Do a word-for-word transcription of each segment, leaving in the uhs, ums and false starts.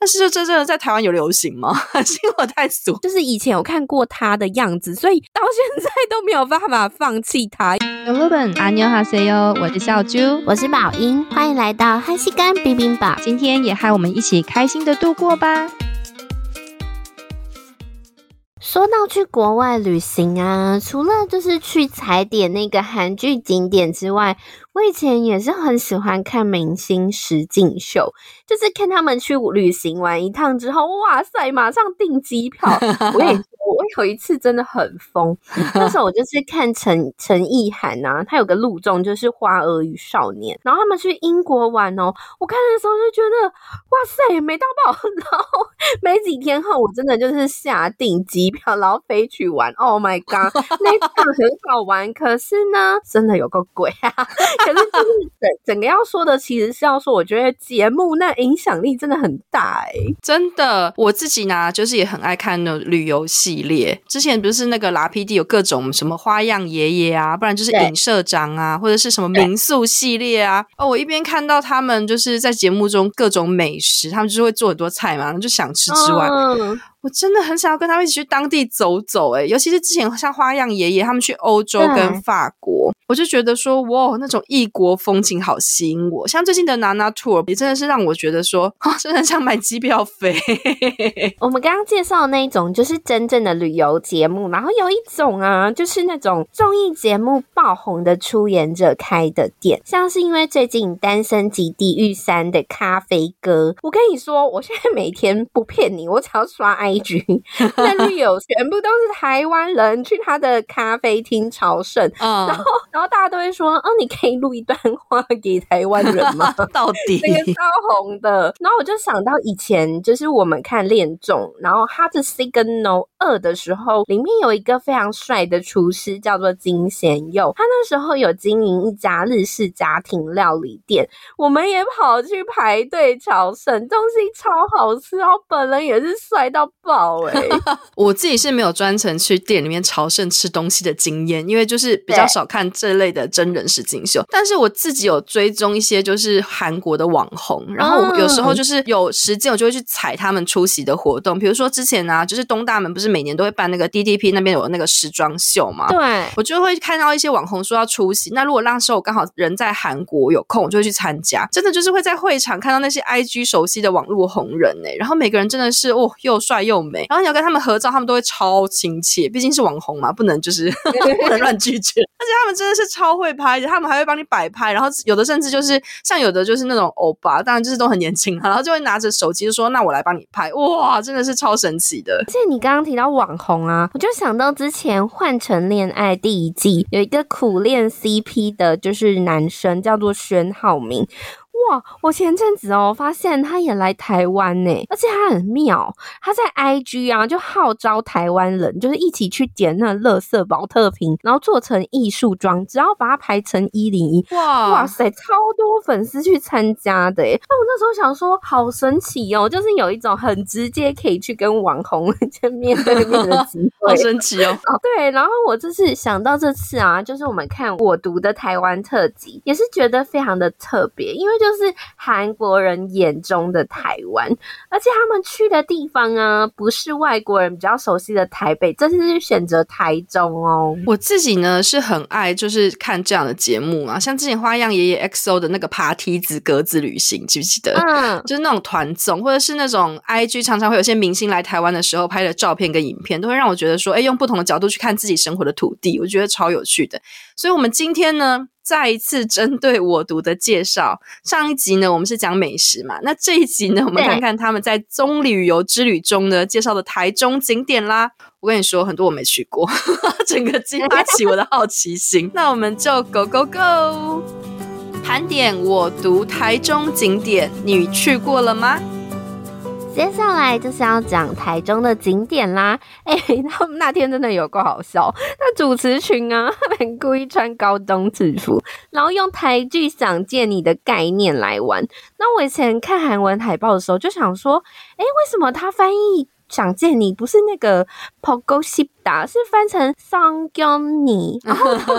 但是就真正的在台湾有流行吗？还是因为我太俗？ 就是以前有看过他的样子，所以到现在都没有办法放弃他。 여러분 안녕하세요，我是小猪， 我是宝英，欢迎来到汉西干冰冰吧。 今天也和我们一起开心的度过吧。 说到去国外旅行啊，除了就是去踩点那个韩剧景点之外，我以前也是很喜欢看明星实境秀，就是看他们去旅行完一趟之后，哇塞，马上订机票。我跟你说，我有一次真的很疯，那时候我就是看陈陈意涵啊，他有个录综就是《花儿与少年》，然后他们去英国玩哦，我看的时候就觉得哇塞，美到爆，然后没几天后，我真的就是下订机票，然后飞去玩。Oh my god， 那趟很好玩，可是呢，真的有够贵啊！可是就是整整个要说的，其实是要说，我觉得节目那影响力真的很大哎、欸， 真的，我自己呢，就是也很爱看那种旅游系列。之前不是那个拉 P D 有各种什么花样爷爷啊，不然就是尹社长啊，或者是什么民宿系列啊。哦，我一边看到他们就是在节目中各种美食，他们就是会做很多菜嘛，就想吃之外。嗯，我真的很想要跟他们一起去当地走走欸，尤其是之前像花样爷爷他们去欧洲跟法国，我就觉得说哇，那种异国风情好吸引我。像最近的 Nana Tour 也真的是让我觉得说哦，真的想买机票飞。 我们刚刚介绍的那一种就是真正的旅游节目，然后有一种啊就是那种综艺节目爆红的出演者开的店，像是因为最近单身级地狱三的咖啡哥，我跟你说我现在每天不骗你，我只要刷 I G 那里有全部都是台湾人去他的咖啡厅朝圣、嗯、然后然后大家都会说哦，你可以录一段话给台湾人吗？ 到底那个超红的。然后我就想到以前就是我们看恋综，然后他的 Signal 二的时候，里面有一个非常帅的厨师叫做金贤佑，他那时候有经营一家日式家庭料理店，我们也跑去排队朝圣，东西超好吃，然后本人也是帅到爆欸我自己是没有专程去店里面朝圣吃东西的经验，因为就是比较少看这类的真人实境秀，但是我自己有追踪一些就是韩国的网红，然后我有时候就是有时间我就会去踩他们出席的活动，比如说之前啊就是东大门不是每年都会办那个 D T P 那边有那个时装秀嘛， 对， 我就会看到一些网红说要出席，那如果那时候我刚好人在韩国有空，我就会去参加，真的就是会在会场看到那些 I G 熟悉的网络红人欸，然后每个人真的是哦又帅又美，然后你要跟他们合照他们都会超亲切，毕竟是网红嘛，不能就是不能乱拒绝，而且他们真的是超会拍的，他们还会帮你摆拍，然后有的甚至就是像有的就是那种欧巴，当然就是都很年轻，然后就会拿着手机就说那我来帮你拍，哇真的是超神奇的。 而且你刚刚提到网红啊，我就想到之前换乘恋爱第一季有一个苦恋 C P 的就是男生叫做宣浩明，哇，我前阵子哦发现他也来台湾呢，而且他很妙，他在 I G 啊就号召台湾人就是一起去点那垃圾保特瓶，然后做成艺术装，只要把它排成一零一，哇哇塞，超多粉丝去参加的耶。那我那时候想说好神奇哦，就是有一种很直接可以去跟网红见面对面的机会， 好神奇哦。 哦对，然后我这次想到这次啊，就是我们看我读的台湾特辑，也是觉得非常的特别，因为就是韩国人眼中的台湾，而且他们去的地方啊，不是外国人比较熟悉的台北，这次是选择台中哦。 我自己呢是很爱就是看这样的节目啊，像之前花样爷爷 X O 的那个爬梯子格子旅行，记不记得？嗯，就是那种团综，或者是那种 I G 常常会有些明星来台湾的时候拍的照片跟影片，都会让我觉得说，哎，用不同的角度去看自己生活的土地，我觉得超有趣的。所以我们今天呢再一次针对我读的介绍，上一集呢我们是讲美食嘛，那这一集呢我们看看他们在棕旅游之旅中呢介绍的台中景点啦。我跟你说很多我没去过整个激发起我的好奇心那我们就 go go go 盘点我读台中景点，你去过了吗？ 接下来就是要讲台中的景点啦。哎、欸，他们那天真的有够好笑，那主持群啊，他们故意穿高中制服，然后用台剧想见你的概念来玩。那我以前看韩文海报的时候就想说，哎、欸，为什么他翻译想见你不是那个 Pogo Shipda， 是翻成 Sangyeon你，然后这是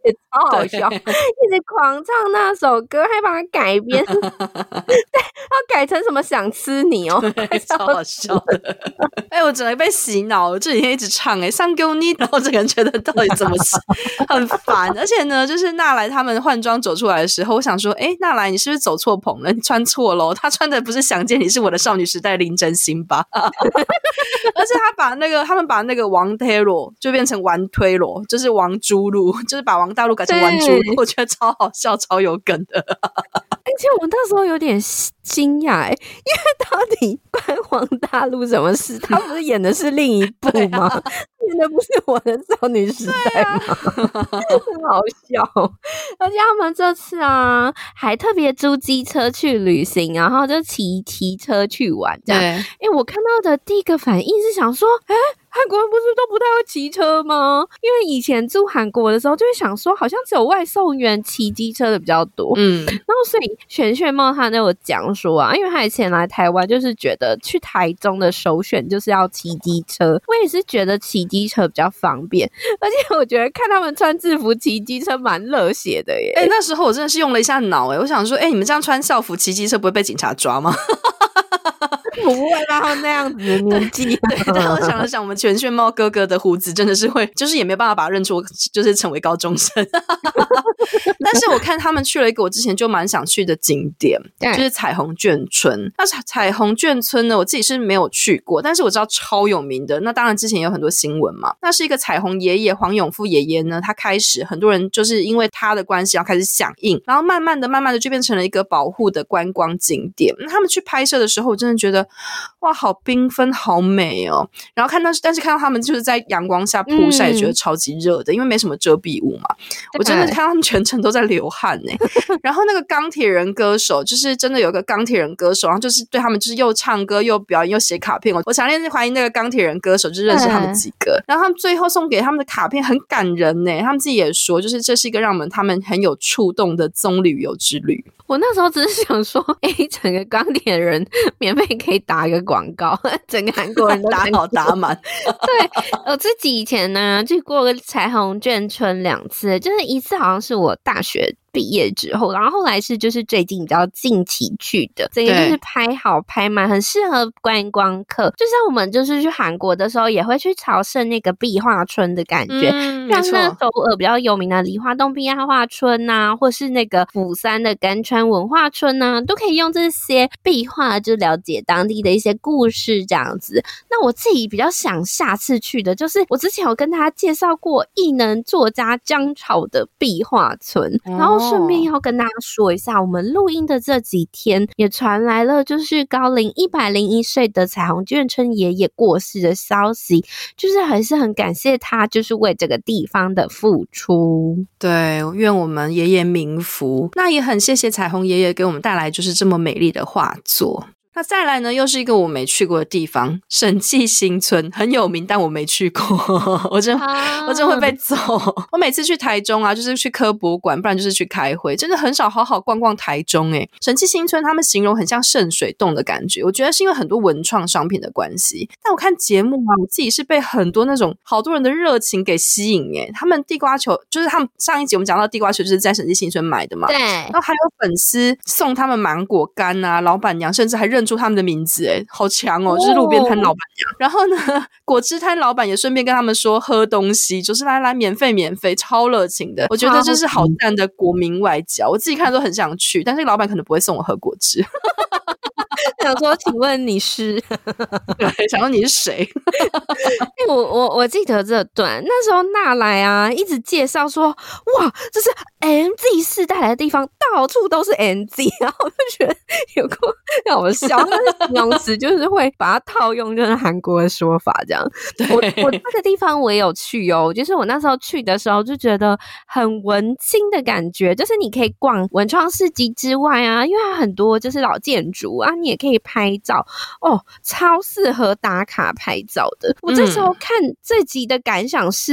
也超好笑，一直狂唱那首歌，还把它改编，对，要改成什么想吃你哦， 对，超好笑的。哎、欸，我整个被洗脑了，这几天一直唱哎、欸，上给你，然后这个人觉得到底怎么很烦。而且呢，就是娜莱他们换装走出来的时候，我想说，哎、欸，娜莱你是不是走错棚了？你穿错咯，他穿的不是想见你是我的少女时代林真心吧？而且他把那个他们把那个王推罗就变成王推罗，就是王朱露，就是把王大陆改成王朱露，我觉得超好笑，超有梗的。 而且我那时候有点惊讶、欸，因为到底关王大陆什么事？他不是演的是另一部吗？啊、演的不是我的少女时代吗？啊、很好笑。而且他们这次啊，还特别租机车去旅行，然后就骑骑车去玩这样。哎，我看到的第一个反应是想说，哎。韩国人不是都不太会骑车吗？因为以前住韩国的时候，就会想说，好像只有外送员骑机车的比较多。嗯，然后所以玄炫茂他都有讲说啊，因为他以前来台湾，就是觉得去台中的首选就是要骑机车。我也是觉得骑机车比较方便，而且我觉得看他们穿制服骑机车蛮热血的耶。 哎、欸，那时候我真的是用了一下脑哎，我想说，哎、欸，你们这样穿校服骑机车不会被警察抓吗？ 不会啦，那样子的年纪。 对，但我想了想，我们玄炫茂哥哥的胡子真的是会，就是也没办法把他认出，就是成为高中生。但是我看他们去了一个我之前就蛮想去的景点，就是彩虹眷村。那彩虹眷村呢，我自己是没有去过，但是我知道超有名的。那当然之前也有很多新闻嘛。那是一个彩虹爷爷黄永富爷爷呢，他开始很多人就是因为他的关系要开始响应，然后慢慢的、慢慢的就变成了一个保护的观光景点。那他们去拍摄的时候，我真的觉得。哇，好缤纷，好美哦！然后看到，但是看到他们就是在阳光下曝晒，嗯、觉得超级热的，因为没什么遮蔽物嘛。我真的看到他们全程都在流汗呢。然后那个钢铁人歌手，就是真的有一个钢铁人歌手，然后就是对他们就是又唱歌又表演又写卡片。我我强烈怀疑那个钢铁人歌手就认识他们几个。然后他们最后送给他们的卡片很感人呢，他们自己也说，就是这是一个让我们他们很有触动的棕旅游之旅。 我那时候只是想说，哎、欸，整个钢铁人免费可以打一个广告，整个韩国人都打好打满。 对，我自己以前呢去过个彩虹眷村两次，就是一次好像是我大学毕业之后，然后后来是就是最近比较近期去的，整个就是拍好拍满，很适合观光客。就像我们就是去韩国的时候，也会去朝圣那个壁画村的感觉， 嗯、 像那首尔比较有名的梨花洞壁画村啊，或是那个釜山的甘川文化村啊，都可以用这些壁画就了解当地的一些故事这样子。那我自己比较想下次去的，就是我之前有跟大家介绍过艺能作家姜潮的壁画村，然后顺便要跟大家说一下，我们录音的这几天也传来了就是高龄一百零一岁的彩虹眷村爷爷过世的消息，就是还是很感谢他就是为这个地方的付出。 对，愿我们爷爷冥福。那也很谢谢彩虹爷爷给我们带来就是这么美丽的画作。那再来呢，又是一个我没去过的地方，审计新村很有名，但我没去过，我真、啊、我真会被揍。我每次去台中啊，就是去科博馆，不然就是去开会，真的很少好好逛逛台中诶。审计新村他们形容很像圣水洞的感觉，我觉得是因为很多文创商品的关系。但我看节目啊，我自己是被很多那种好多人的热情给吸引诶。他们地瓜球就是他们上一集我们讲到地瓜球就是在审计新村买的嘛， 对。 然后还有粉丝送他们芒果干啊，老板娘甚至还认出他们的名字，诶，好强哦，就是路边摊老板娘。然后呢，果汁摊老板也顺便跟他们说喝东西，就是来来免费免费，超热情的。我觉得这是好赞的国民外交，我自己看都很想去，但是老板可能不会送我喝果汁。 想说请问你是对，想问你是谁？ 因为我我我记得这段那时候娜莱啊一直介绍说哇这是 M Z 世代来的地方，到处都是 M Z， 然后我就觉得有够让我笑，但是形容词就是会把它套用就是韩国的说法这样。我我这个地方我也有去哦，就是我那时候去的时候就觉得很文青的感觉，就是你可以逛文创市集之外啊，因为它很多就是老建筑啊，你也可以拍照哦，超适合打卡拍照的。我这时候看这集的感想是，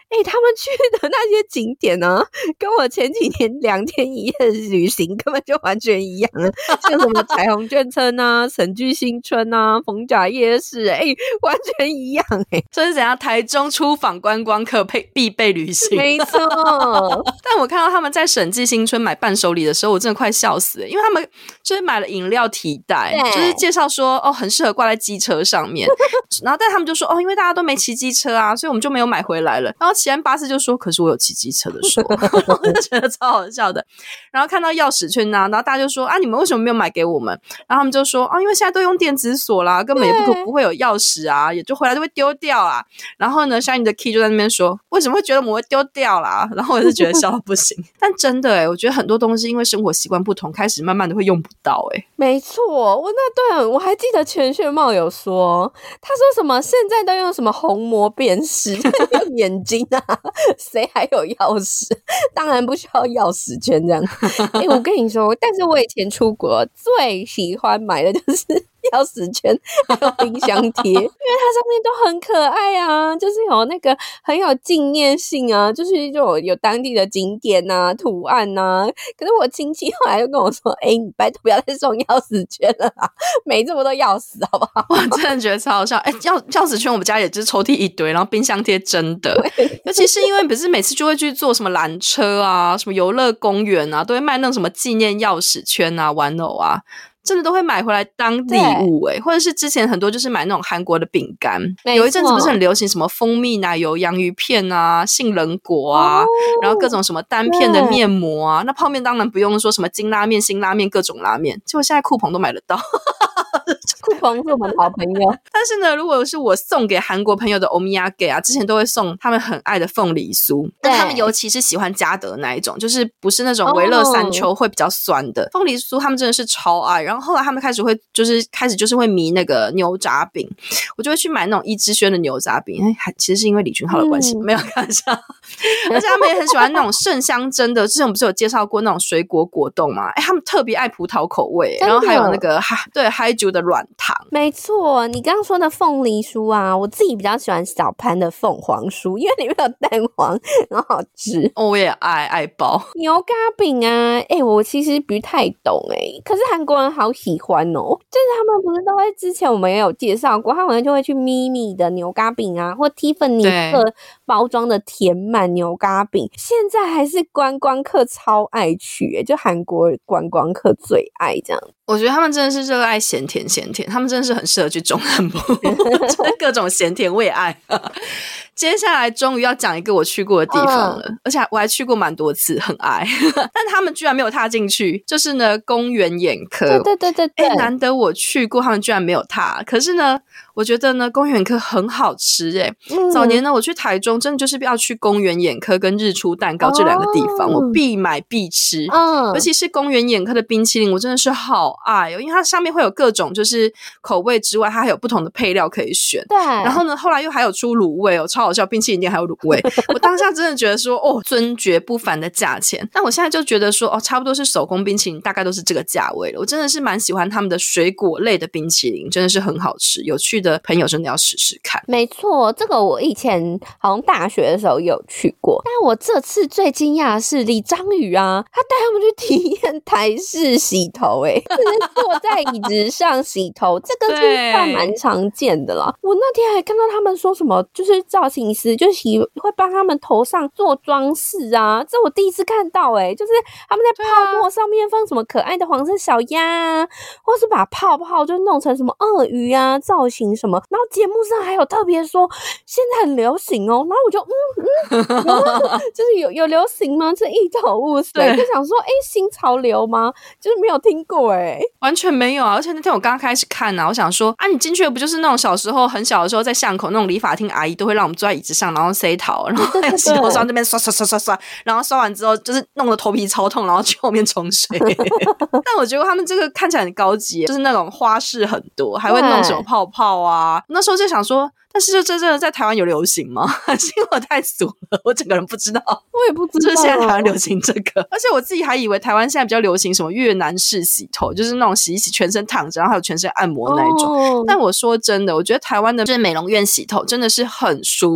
欸，他们去的那些景点呢、啊，跟我前几年两天一夜的旅行根本就完全一样了，像什么彩虹眷村啊、神居新村啊、逢甲夜市，哎、欸，完全一样哎、欸。 这是怎样？台中出访观光客配必备旅行， 没错。 但我看到他们在审计新村买伴手礼的时候，我真的快笑死了，因为他们就是买了饮料提袋，就是介绍说哦，很适合挂在机车上面。然后但他们就说哦，因为大家都没骑机车啊，所以我们就没有买回来了。然后骑完巴士就说，可是我有骑机车的说，我就觉得超好笑的。然后看到钥匙圈啊，然后大家就说啊，你们为什么没有买给我们？然后他们就说啊，因为现在都用电子锁啦，根本也不不会有钥匙啊，也就回来就会丢掉啊。然后呢 Shiny 的 Key 就在那边说，为什么会觉得我们会丢掉啦？然后我是觉得笑到不行。但真的欸，我觉得很多东西因为生活习惯不同，开始慢慢的会用不到欸。 没错，我那段我还记得全炫茂有说，他说什么现在都用什么虹膜辨识，用眼睛啊，谁还有钥匙？当然不需要钥匙圈这样。哎、欸，我跟你说，但是我以前出国最喜欢买的就是钥匙圈还有冰箱贴，因为它上面都很可爱啊，就是有那个很有纪念性啊，就是就有有当地的景点啊、图案啊。可是我亲戚后来就跟我说，哎、欸，你拜托不要再送钥匙圈了啦，没这么多钥匙好不好？ 我真的觉得超好笑。哎、欸，钥钥匙圈我们家也就是抽屉一堆，然后冰箱贴真的，尤其是因为不是每次就会去做什么缆车啊、什么游乐公园啊，都会卖那种什么纪念钥匙圈啊、玩偶啊。真的都会买回来当礼物欸，或者是之前很多就是买那种韩国的饼干，有一阵子不是很流行什么蜂蜜奶油洋芋片啊、杏仁果啊、哦、然后各种什么单片的面膜啊，那泡面当然不用说什么金拉面、辛拉面各种拉面，结果现在酷澎都买得到。 酷澎是我们的好朋友。 但是呢，如果是我送给韩国朋友的欧米亚给啊，之前都会送他们很爱的凤梨酥，但他们尤其是喜欢嘉德那一种，就是不是那种微乐山丘会比较酸的、哦、凤梨酥，他们真的是超爱。然后后来他们开始会就是开始就是会迷那个牛轧饼，我就会去买那种一之轩的牛轧饼，哎，其实是因为李俊浩的关系、嗯、没有开玩笑。而且他们也很喜欢那种盛香珍的，之前我们不是有介绍过那种水果果冻嘛，哎，他们特别爱葡萄口味，然后还有那个对嗨酒的软糖。 没错，你刚刚说的凤梨酥啊，我自己比较喜欢小潘的凤凰酥，因为里面有蛋黄，很好吃。 哦，我也爱爱包牛轧饼啊，哎、欸，我其实不太懂哎、欸，可是韩国人好喜欢哦。就是他们不是都会之前我们也有介绍过，他们就会去咪咪的牛轧饼啊，或 Tiffany 特包装的甜满牛轧饼，现在还是观光客超爱去、欸，就韩国观光客最爱这样。 我觉得他们真的是热爱咸甜咸甜，他们真的是很适合去中南部，各种咸甜我也爱。接下来终于要讲一个我去过的地方了，嗯、而且我还去过蛮多次，很爱。但他们居然没有踏进去，就是呢宫原眼科。 对对对对对， 哎，难得我去过，他们居然没有踏。可是呢，我觉得呢宫原眼科很好吃哎、嗯。早年呢我去台中，真的就是要去宫原眼科跟日出蛋糕这两个地方，哦、我必买必吃。嗯，尤其是宫原眼科的冰淇淋，我真的是好爱哦，因为它上面会有各种就是口味之外，它还有不同的配料可以选。 对， 然后呢，后来又还有出卤味哦，超好笑，冰淇淋店还有卤味。我当下真的觉得说，哦，尊爵不凡的价钱。但我现在就觉得说，哦，差不多是手工冰淇淋，大概都是这个价位了。我真的是蛮喜欢他们的水果类的冰淇淋，真的是很好吃。有趣的朋友真的要试试看。 没错，这个我以前好像大学的时候有去过，但我这次最惊讶的是李章宇啊，他带他们去体验台式洗头、欸，哎，就是坐在椅子上洗头，这个是算蛮常见的啦。我那天还看到他们说什么，就是造型师就是会帮他们头上做装饰啊，这我第一次看到哎、欸，就是他们在泡沫上面放什么可爱的黄色小鸭啊，或是把泡泡就弄成什么鳄鱼啊造型什么，然后节目上还有特别说现在很流行哦，然后我就嗯嗯，就是有有流行吗？这一头雾水，就想说哎、欸，新潮流吗？就是没有听过哎、欸， 完全没有啊！而且那天我刚开始看啊，我想说啊，你进去的不就是那种小时候很小的时候在巷口那种理发厅阿姨都会让我们坐在椅子上，然后塞头，然后在洗头刷那边刷刷刷刷刷，然后刷完之后就是弄得头皮超痛，然后去后面冲水。但我觉得他们这个看起来很高级，就是那种花式很多，还会弄什么泡泡啊。那时候就想说，但是就真正的在台湾有流行吗？还是因为我太俗了，我整个人不知道。 我也不知道， 就是现在台湾流行这个，而且我自己还以为台湾现在比较流行什么越南式洗头，就是那种洗一洗全身躺着，然后还有全身按摩那一种。哦、但我说真的，我觉得台湾的就是美容院洗头真的是很舒服，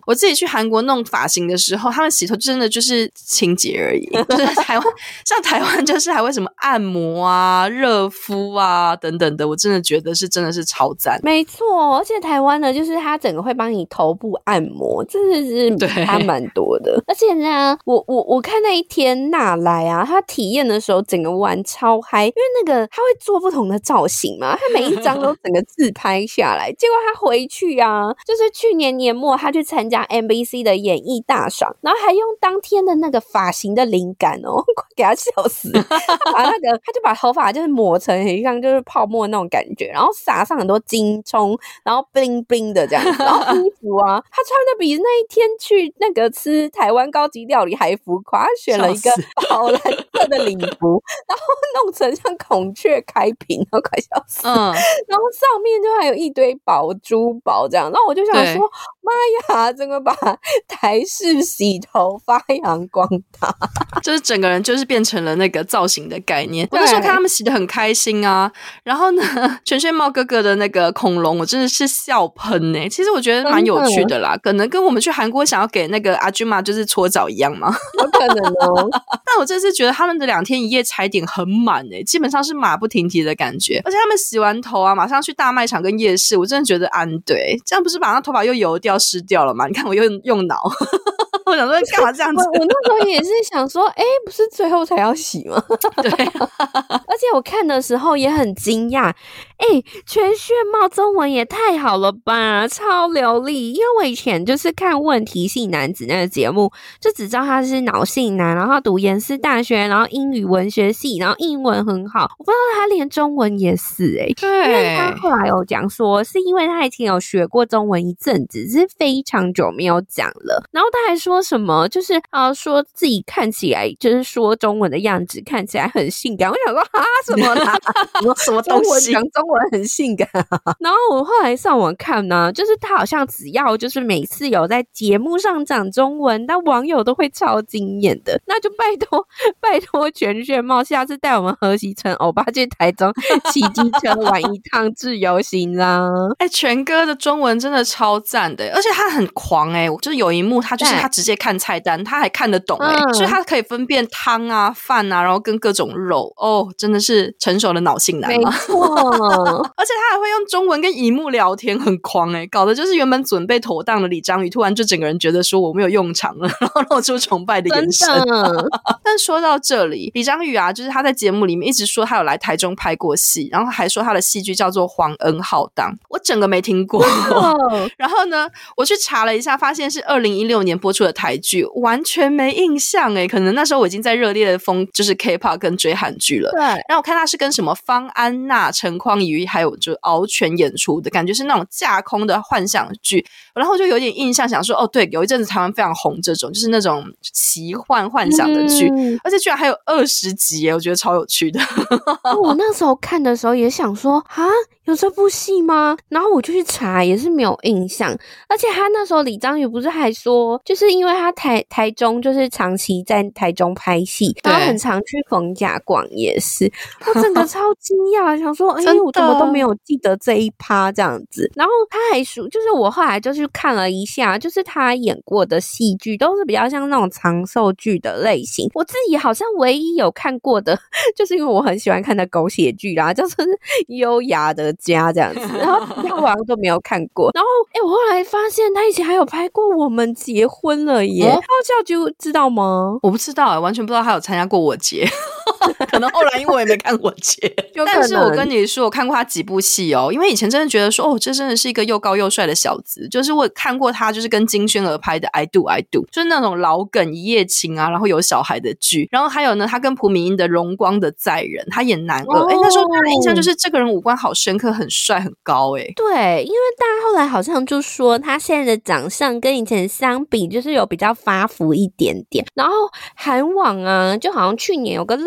我自己去韩国弄发型的时候，他们洗头真的就是清洁而已，就是台湾像台湾就是还会什么按摩啊、热敷啊等等的，我真的觉得是真的是超赞。 没错，而且台湾呢，就是它整个会帮你头部按摩，真的是还蛮多的。而且呢，我我我看那一天娜来啊，她体验的时候整个玩超嗨，因为那个她会做不同的造型嘛，她每一张都整个自拍下来。结果她回去啊，就是去年年末她去参加 M B C 的演艺大赏，然后还用当天的那个发型的灵感哦，快给她笑死！把那个她就把头发就是抹成很像就是泡沫那种感觉，然后撒上很多金葱，然后 bling bling 的这样子，然后衣服啊，她穿的比那一天去那个吃台湾高级料理还浮夸，她选了一个宝蓝色的礼服，然后弄成像孔雀开屏，然后快笑死！嗯，然后上面就还有一堆宝珠宝这样，然后我就想说，妈呀，整个把台式洗头发扬光大， 就是整个人就是变成了那个造型的概念。我那时候看他们洗得很开心啊，然后呢，全炫茂哥哥的那个恐龙，我真的是笑喷欸。其实我觉得蛮有趣的啦，可能跟我们去韩国想要给那个阿君妈就是搓澡一样嘛， 有可能哦。 但我这次觉得他们的两天一夜踩点很满欸，基本上是马不停蹄的感觉。而且他们洗完头啊，马上去大卖场跟夜市，我真的觉得安对，这样不是把他头发又油掉湿掉了吗？你看我又用脑。我想说干嘛这样子？ 我, 我那时候也是想说，哎、欸，不是最后才要洗吗？ 对， 而且我看的时候也很惊讶，哎、欸，全炫茂中文也太好了吧，超流利。因为我以前就是看《问题系男子》那个节目，就只知道他是脑性男，然后读延世大学，然后英语文学系，然后英文很好。我不知道他连中文也是哎、欸， 对， 因为他后来有讲说，是因为他以前有学过中文一阵子，只是非常久没有讲了。然后他还说什么，就是啊，说自己看起来就是说中文的样子看起来很性感。我想说哈什么啦， 什么东西讲中文很性感、啊。然后我后来上网看呢、啊，就是他好像只要就是每次有在节目上讲中文，那网友都会超惊艳的。那就拜托拜托全炫茂下次带我们河西城欧巴去台中骑机车玩一趟自由行啦。 哎、欸，全哥的中文真的超赞的，而且他很狂哎、欸，就是有一幕他就是他直接看菜单，他还看得懂哎、欸，就是他可以分辨汤啊、饭啊，然后跟各种肉哦，真的是成熟的脑性男嘛。 没错， 而且他还会用中文跟荧幕聊天，很狂哎、欸，搞得就是原本准备妥当的李章宇，突然就整个人觉得说我没有用场了，然后露出崇拜的眼神。但说到这里，李章宇啊，就是他在节目里面一直说他有来台中拍过戏，然后还说他的戏剧叫做《皇恩浩荡》，我整个没听过。然后呢，我去查了一下，发现是二零一六年播出的台剧，完全没印象哎，可能那时候我已经在热烈的疯就是 K-pop 跟追韩剧了。 对， 然后我看他是跟什么方安娜、陈匡怡还有就敖犬演出的，感觉是那种架空的幻想剧，然后就有点印象，想说哦，对，有一阵子台湾非常红这种，就是那种奇幻幻想的剧、嗯，而且居然还有二十集耶，我觉得超有趣的。 我那时候看的时候也想说啊，有这部戏吗？然后我就去查，也是没有印象。而且他那时候李章宇不是还说，就是因为他台台中就是长期在台中拍戏，然后很常去逢甲逛夜市，我整个超惊讶，想说哎、欸，我怎么都没有记得这一趴这样子。然后他还说，就是我后来就去看了一下，就是他演过的戏剧都是比较像那种长寿剧的类型。我自己好像唯一有看过的，就是因为我很喜欢看的狗血剧啦，就是优雅的家这样子，然后其他我好像都没有看过。然后哎、欸，我后来发现他以前还有拍过《我们结婚了》耶，他叫就知道吗？ 我不知道哎、欸，完全不知道他有参加过我结。可能后来因为我也没看我结，但是我跟你说我看过他几部戏哦，因为以前真的觉得说哦，这真的是一个又高又帅的小子，就是我看过他就是跟金宣儿拍的 I Do I Do， 就是那种老梗一夜情啊，然后有小孩的剧，然后还有呢他跟朴敏英的荣光的载人，他演男二，哎、哦，那时候他的印象就是这个人五官好深刻，很帅很高。哎， 对，因为大家后来好像就说他现在的长相跟以前相比就是有比较发福一点点，然后韩网啊就好像去年有个热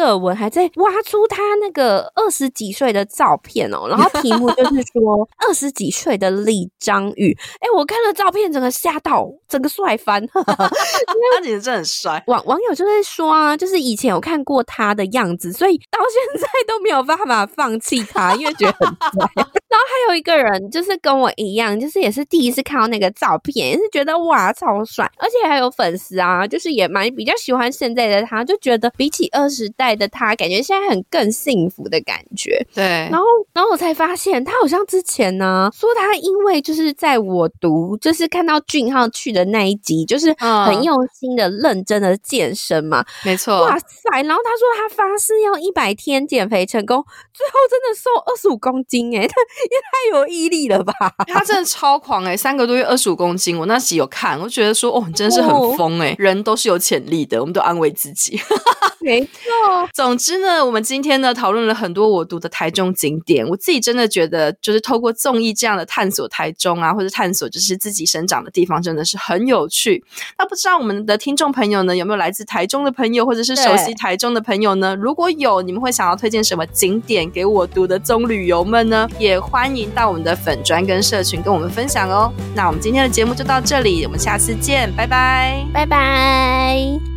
社文还在挖出他那个二十几岁的照片哦，然后题目就是说二十几岁的李章宇。哎，我看了照片，整个吓到，整个帅翻。 他其实真的很帅。 网网友就在说啊，就是以前有看过他的样子，所以到现在都没有办法放弃他，因为觉得很帅。然后还有一个人就是跟我一样，就是也是第一次看到那个照片，也是觉得哇超帅，而且还有粉丝啊，就是也蛮比较喜欢现在的他，就觉得比起二十代的他，感觉现在很更幸福的感觉。 对， 然后然后我才发现，他好像之前呢说他因为就是在我读，就是看到俊浩去的那一集，就是很用心的、认真的健身嘛， 没错。 哇塞！然后他说他发誓要一百天减肥成功，最后真的瘦二十五公斤哎、欸，他也太有毅力了吧！ 他真的超狂哎、欸，三个多月二十五公斤，我那集有看，我觉得说哦，你真的是很疯哎、欸，人都是有潜力的，我们都安慰自己。 没错。 总之呢，我们今天呢讨论了很多我读的台中景点，我自己真的觉得，就是透过综艺这样的探索台中啊，或者探索就是自己生长的地方，真的是很有趣。那不知道我们的听众朋友呢，有没有来自台中的朋友，或者是熟悉台中的朋友呢？如果有，你们会想要推荐什么景点给我读的棕旅游们呢？也欢迎到我们的粉专跟社群跟我们分享哦。那我们今天的节目就到这里，我们下次见，拜拜， 拜拜。